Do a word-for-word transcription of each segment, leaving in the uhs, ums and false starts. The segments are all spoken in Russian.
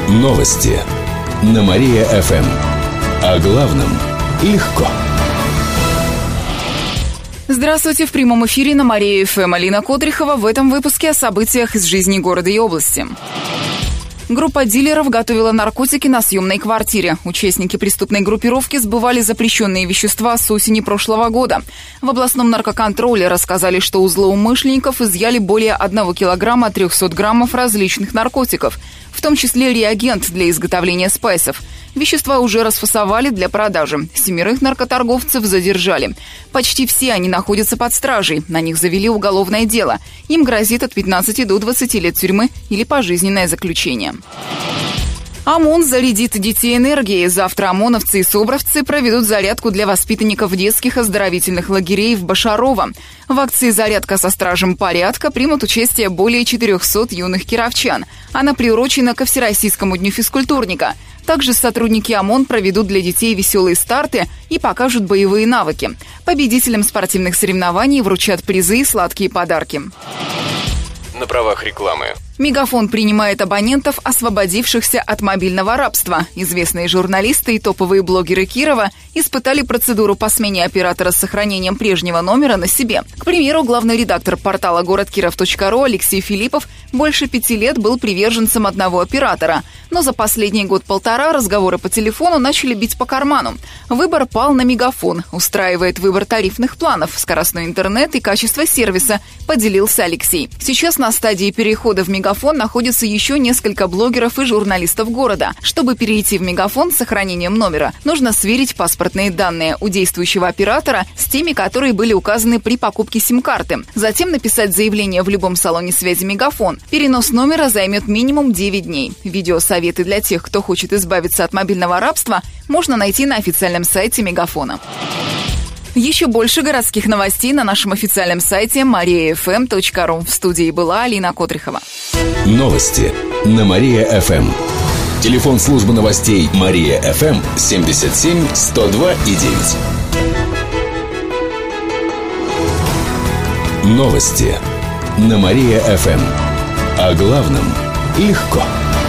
Новости на Мария-ФМ. О главном легко. Здравствуйте, в прямом эфире на Мария-ФМ. Алина Котрихова. В этом выпуске о событиях из жизни города и области. Группа дилеров готовила наркотики на съемной квартире. Участники преступной группировки сбывали запрещенные вещества с осени прошлого года. В областном наркоконтроле рассказали, что у злоумышленников изъяли более одного килограмма трехсот граммов различных наркотиков, в том числе реагент для изготовления спайсов. Вещества уже расфасовали для продажи. Семерых наркоторговцев задержали. Почти все они находятся под стражей. На них завели уголовное дело. Им грозит от пятнадцати до двадцати лет тюрьмы или пожизненное заключение. ОМОН зарядит детей энергией. Завтра ОМОНовцы и СОБРовцы проведут зарядку для воспитанников детских оздоровительных лагерей в Башарово. В акции «Зарядка со стражем порядка» примут участие более четырехсот юных кировчан. Она приурочена ко Всероссийскому дню физкультурника. Также сотрудники ОМОН проведут для детей веселые старты и покажут боевые навыки. Победителям спортивных соревнований вручат призы и сладкие подарки. На правах рекламы. Мегафон принимает абонентов, освободившихся от мобильного рабства. Известные журналисты и топовые блогеры Кирова испытали процедуру по смене оператора с сохранением прежнего номера на себе. К примеру, главный редактор портала город киров точка ру Алексей Филиппов больше пяти лет был приверженцем одного оператора. Но за последний год-полтора разговоры по телефону начали бить по карману. Выбор пал на Мегафон. Устраивает выбор тарифных планов, скоростной интернет и качество сервиса, поделился Алексей. Сейчас на стадии перехода в Мегафон находится еще несколько блогеров и журналистов города. Чтобы перейти в Мегафон с сохранением номера, нужно сверить паспортные данные у действующего оператора с теми, которые были указаны при покупке сим-карты. Затем написать заявление в любом салоне связи Мегафон. Перенос номера займет минимум девять дней. Видеосоветы для тех, кто хочет избавиться от мобильного рабства, можно найти на официальном сайте Мегафона. Еще больше городских новостей на нашем официальном сайте мария эф эм точка ру. В студии была Алина Котрихова. Новости на Мария-ФМ. Телефон службы новостей Мария-ФМ семьдесят семь сто два и девять. Новости на Мария-ФМ. О главном легко.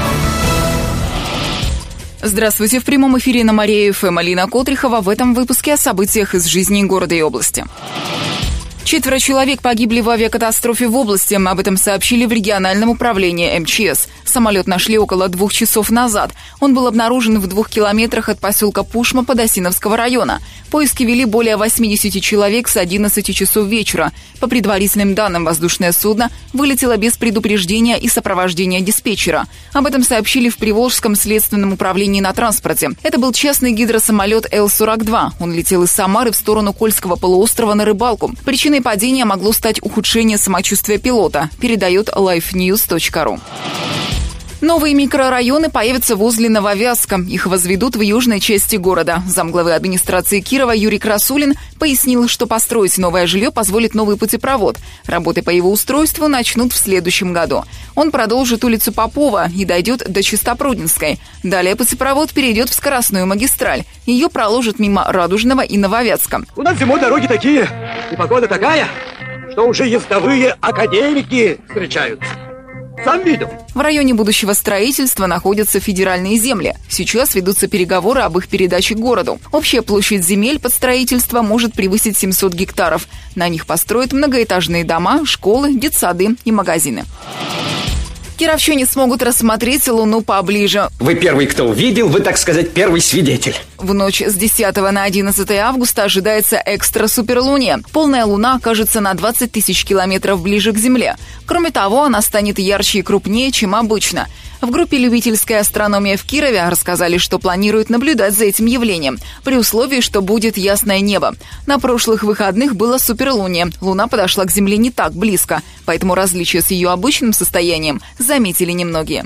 Здравствуйте, в прямом эфире на Мария-ФМ. Алина Котрихова. В этом выпуске о событиях из жизни города и области. Четверо человек погибли в авиакатастрофе в области. Об этом сообщили в региональном управлении эм че эс. Самолет нашли около двух часов назад. Он был обнаружен в двух километрах от поселка Пушма Подосиновского района. Поиски вели более восьмидесяти человек с одиннадцати часов вечера. По предварительным данным, воздушное судно вылетело без предупреждения и сопровождения диспетчера. Об этом сообщили в Приволжском следственном управлении на транспорте. Это был частный гидросамолет эл сорок два. Он летел из Самары в сторону Кольского полуострова на рыбалку. Причиной падения могло стать ухудшение самочувствия пилота, передает лайф ньюс точка ру. Новые микрорайоны появятся возле Нововязка. Их возведут в южной части города. Замглавы администрации Кирова Юрий Красулин пояснил, что построить новое жилье позволит новый путепровод. Работы по его устройству начнут в следующем году. Он продолжит улицу Попова и дойдет до Чистопрудинской. Далее путепровод перейдет в скоростную магистраль. Ее проложат мимо Радужного и Нововязка. У нас зимой дороги такие, и погода такая, что уже ездовые академики встречаются. Сам видел. В районе будущего строительства находятся федеральные земли. Сейчас ведутся переговоры об их передаче городу. Общая площадь земель под строительство может превысить семьсот гектаров. На них построят многоэтажные дома, школы, детсады и магазины. Кировчане смогут рассмотреть Луну поближе. Вы первый, кто увидел, вы, так сказать, первый свидетель. В ночь с десятого на одиннадцатое августа ожидается экстра-суперлуния. Полная Луна окажется на двадцать тысяч километров ближе к Земле. Кроме того, она станет ярче и крупнее, чем обычно. В группе «Любительская астрономия» в Кирове рассказали, что планируют наблюдать за этим явлением, при условии, что будет ясное небо. На прошлых выходных было суперлуние. Луна подошла к Земле не так близко, поэтому различия с ее обычным состоянием заметили немногие.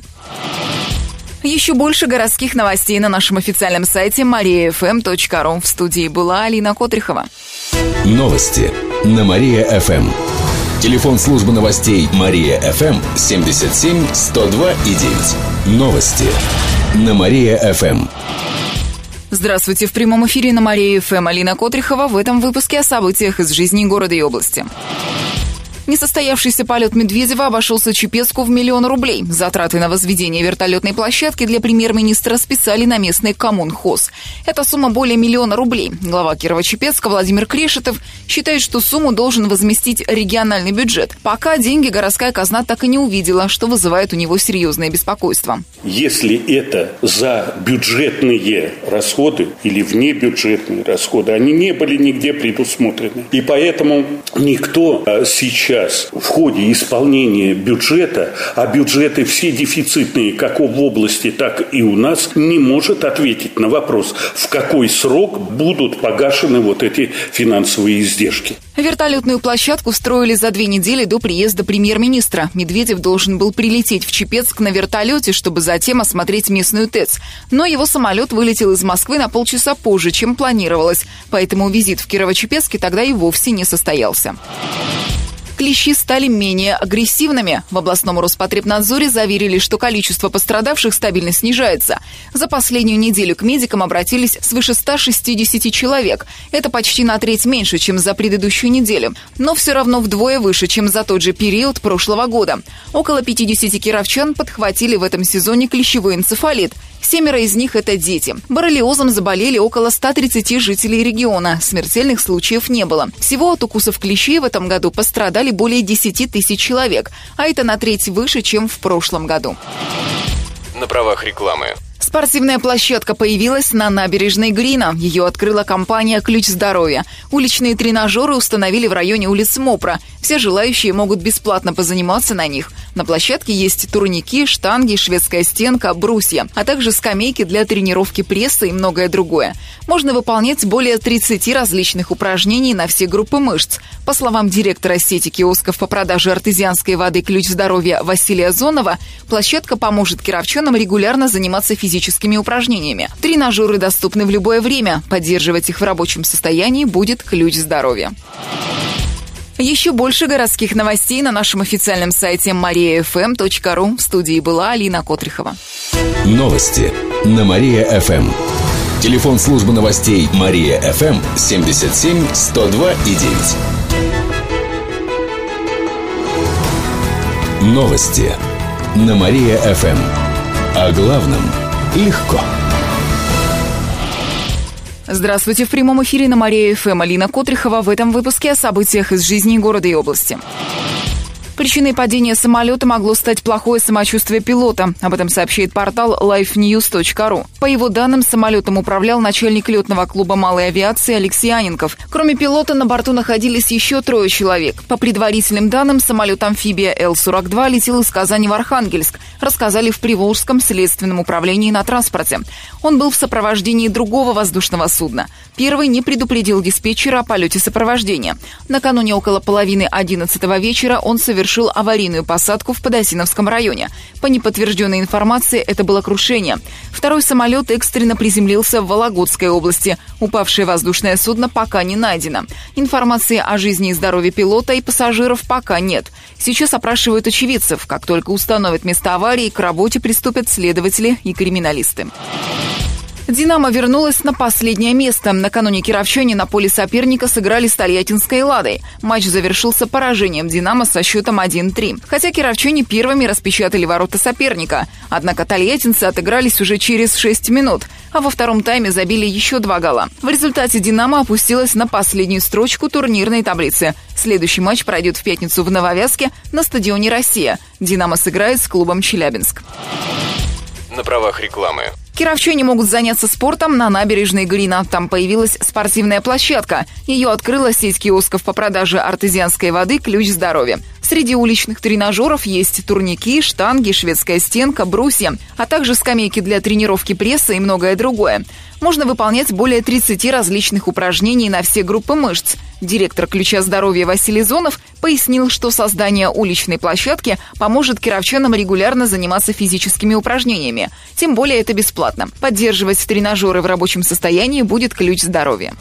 Еще больше городских новостей на нашем официальном сайте мария эф эм точка ру. В студии была Алина Котрихова. Новости на Мария-ФМ. Телефон службы новостей Мария-ФМ семьдесят семь сто два и девять. Новости на Мария-ФМ. Здравствуйте, в прямом эфире на Мария-ФМ. Алина Котрихова. В этом выпуске о событиях из жизни города и области. Несостоявшийся полет Медведева обошелся Чепецку в миллион рублей. Затраты на возведение вертолетной площадки для премьер-министра списали на местный коммунхоз. Эта сумма более миллиона рублей. Глава Кирово-Чепецка Владимир Крешетов считает, что сумму должен возместить региональный бюджет. Пока деньги городская казна так и не увидела, что вызывает у него серьезное беспокойство. Если это за бюджетные расходы или внебюджетные расходы, они не были нигде предусмотрены. И поэтому никто сейчас в ходе исполнения бюджета, а бюджеты все дефицитные, как в области, так и у нас, не может ответить на вопрос, в какой срок будут погашены вот эти финансовые издержки. Вертолетную площадку строили за две недели до приезда премьер-министра. Медведев должен был прилететь в Чепецк на вертолете, чтобы затем осмотреть местную ТЭЦ. Но его самолет вылетел из Москвы на полчаса позже, чем планировалось. Поэтому визит в Кирово-Чепецке тогда и вовсе не состоялся. Клещи стали менее агрессивными. В областном Роспотребнадзоре заверили, что количество пострадавших стабильно снижается. За последнюю неделю к медикам обратились свыше ста шестидесяти человек. Это почти на треть меньше, чем за предыдущую неделю. Но все равно вдвое выше, чем за тот же период прошлого года. Около пятидесяти кировчан подхватили в этом сезоне клещевой энцефалит. Семеро из них – это дети. Боррелиозом заболели около ста тридцати жителей региона. Смертельных случаев не было. Всего от укусов клещей в этом году пострадали более десяти тысяч человек, а это на треть выше, чем в прошлом году. На правах рекламы. Спортивная площадка появилась на набережной Грина. Ее открыла компания «Ключ здоровья». Уличные тренажеры установили в районе улиц Мопра. Все желающие могут бесплатно позаниматься на них. На площадке есть турники, штанги, шведская стенка, брусья, а также скамейки для тренировки пресса и многое другое. Можно выполнять более тридцати различных упражнений на все группы мышц. По словам директора сети киосков по продаже артезианской воды «Ключ здоровья» Василия Зонова, площадка поможет кировчанам регулярно заниматься физическими упражнениями. Тренажеры доступны в любое время. Поддерживать их в рабочем состоянии будет «Ключ здоровья». Еще больше городских новостей на нашем официальном сайте мария эф эм точка ру. В студии была Алина Котрихова. Новости на Мария-ФМ. Телефон службы новостей Мария-ФМ семьдесят семь сто два и девять. Новости на Мария-ФМ. О главном легко. Здравствуйте, в прямом эфире на Мария-ФМ Алина Котрихова. В этом выпуске о событиях из жизни города и области. Причиной падения самолета могло стать плохое самочувствие пилота. Об этом сообщает портал лайф ньюс точка ру. По его данным, самолетом управлял начальник летного клуба малой авиации Алексей Аненков. Кроме пилота, на борту находились еще трое человек. По предварительным данным, самолет-амфибия Эл сорок два летел из Казани в Архангельск, рассказали в Приволжском следственном управлении на транспорте. Он был в сопровождении другого воздушного судна. Первый не предупредил диспетчера о полете сопровождения. Накануне около половины одиннадцатого вечера он совершил совершил аварийную посадку в Подосиновском районе. По неподтвержденной информации, это было крушение. Второй самолет экстренно приземлился в Вологодской области. Упавшее воздушное судно пока не найдено. Информации о жизни и здоровье пилота и пассажиров пока нет. Сейчас опрашивают очевидцев. Как только установят место аварии, к работе приступят следователи и криминалисты. «Динамо» вернулась на последнее место. Накануне кировчане на поле соперника сыграли с Тольяттинской «Ладой». Матч завершился поражением «Динамо» со счетом один-три. Хотя кировчане первыми распечатали ворота соперника. Однако тольяттинцы отыгрались уже через шесть минут, а во втором тайме забили еще два гола. В результате «Динамо» опустилась на последнюю строчку турнирной таблицы. Следующий матч пройдет в пятницу в Нововязке на стадионе «Россия». «Динамо» сыграет с клубом «Челябинск». На правах рекламы. Кировчане могут заняться спортом на набережной Грина. Там появилась спортивная площадка. Ее открыла сеть киосков по продаже артезианской воды «Ключ здоровья». Среди уличных тренажеров есть турники, штанги, шведская стенка, брусья, а также скамейки для тренировки пресса и многое другое. Можно выполнять более тридцати различных упражнений на все группы мышц. Директор «Ключа здоровья» Василий Зонов пояснил, что создание уличной площадки поможет кировчанам регулярно заниматься физическими упражнениями. Тем более это бесплатно. Поддерживать тренажеры в рабочем состоянии будет «Ключ здоровья».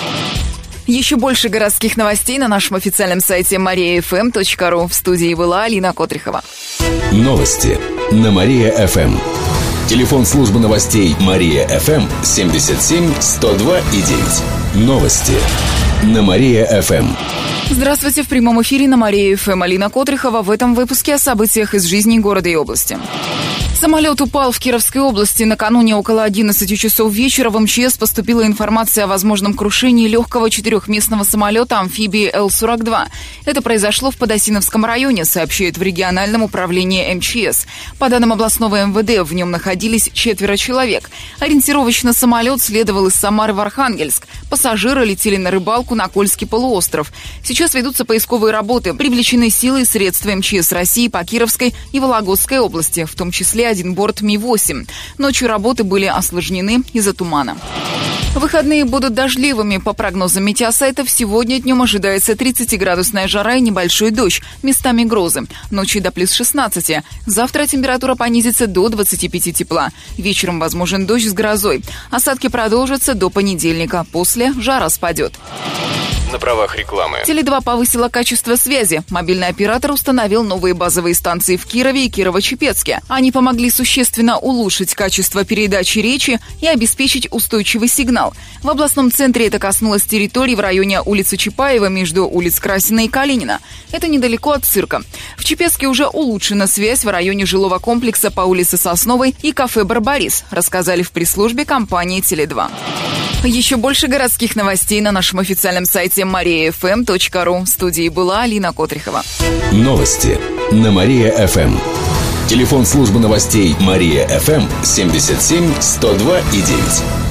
Еще больше городских новостей на нашем официальном сайте мария эф эм точка ру. В студии была Алина Котрихова. Новости на Мария-ФМ. Телефон службы новостей Мария-ФМ семьдесят семь сто два и девять. Новости на Мария-ФМ. Здравствуйте, в прямом эфире на Мария-ФМ Алина Котрихова. В этом выпуске о событиях из жизни города и области. Самолет упал в Кировской области. Накануне около одиннадцати часов вечера в эм че эс поступила информация о возможном крушении легкого четырехместного самолета амфибии Эл сорок два. Это произошло в Подосиновском районе, сообщает в региональном управлении эм че эс. По данным областного эм вэ дэ, в нем находились четверо человек. Ориентировочно самолет следовал из Самары в Архангельск. Пассажиры летели на рыбалку на Кольский полуостров. Сейчас ведутся поисковые работы. Привлечены силы и средства эм че эс России по Кировской и Вологодской области, в том числе один борт Ми восемь. Ночью работы были осложнены из-за тумана. Выходные будут дождливыми. По прогнозам метеосайтов, сегодня днем ожидается тридцатиградусная жара и небольшой дождь, местами грозы. Ночью до плюс шестнадцати. Завтра температура понизится до двадцати пяти тепла. Вечером возможен дождь с грозой. Осадки продолжатся до понедельника. После жара спадет. На правах рекламы. Теле два повысила качество связи. Мобильный оператор установил новые базовые станции в Кирове и Кирово-Чепецке. Они помогли существенно улучшить качество передачи речи и обеспечить устойчивый сигнал. В областном центре это коснулось территории в районе улицы Чапаева между улиц Красина и Калинина. Это недалеко от цирка. В Чепецке уже улучшена связь в районе жилого комплекса по улице Сосновой и кафе «Барбарис», рассказали в пресс-службе компании Теле два. Еще больше городских новостей на нашем официальном сайте мария эф эм точка ру. В студии была Алина Котрихова. Новости на Мария-ФМ. Телефон службы новостей Мария-ФМ семьдесят семь сто два и девять.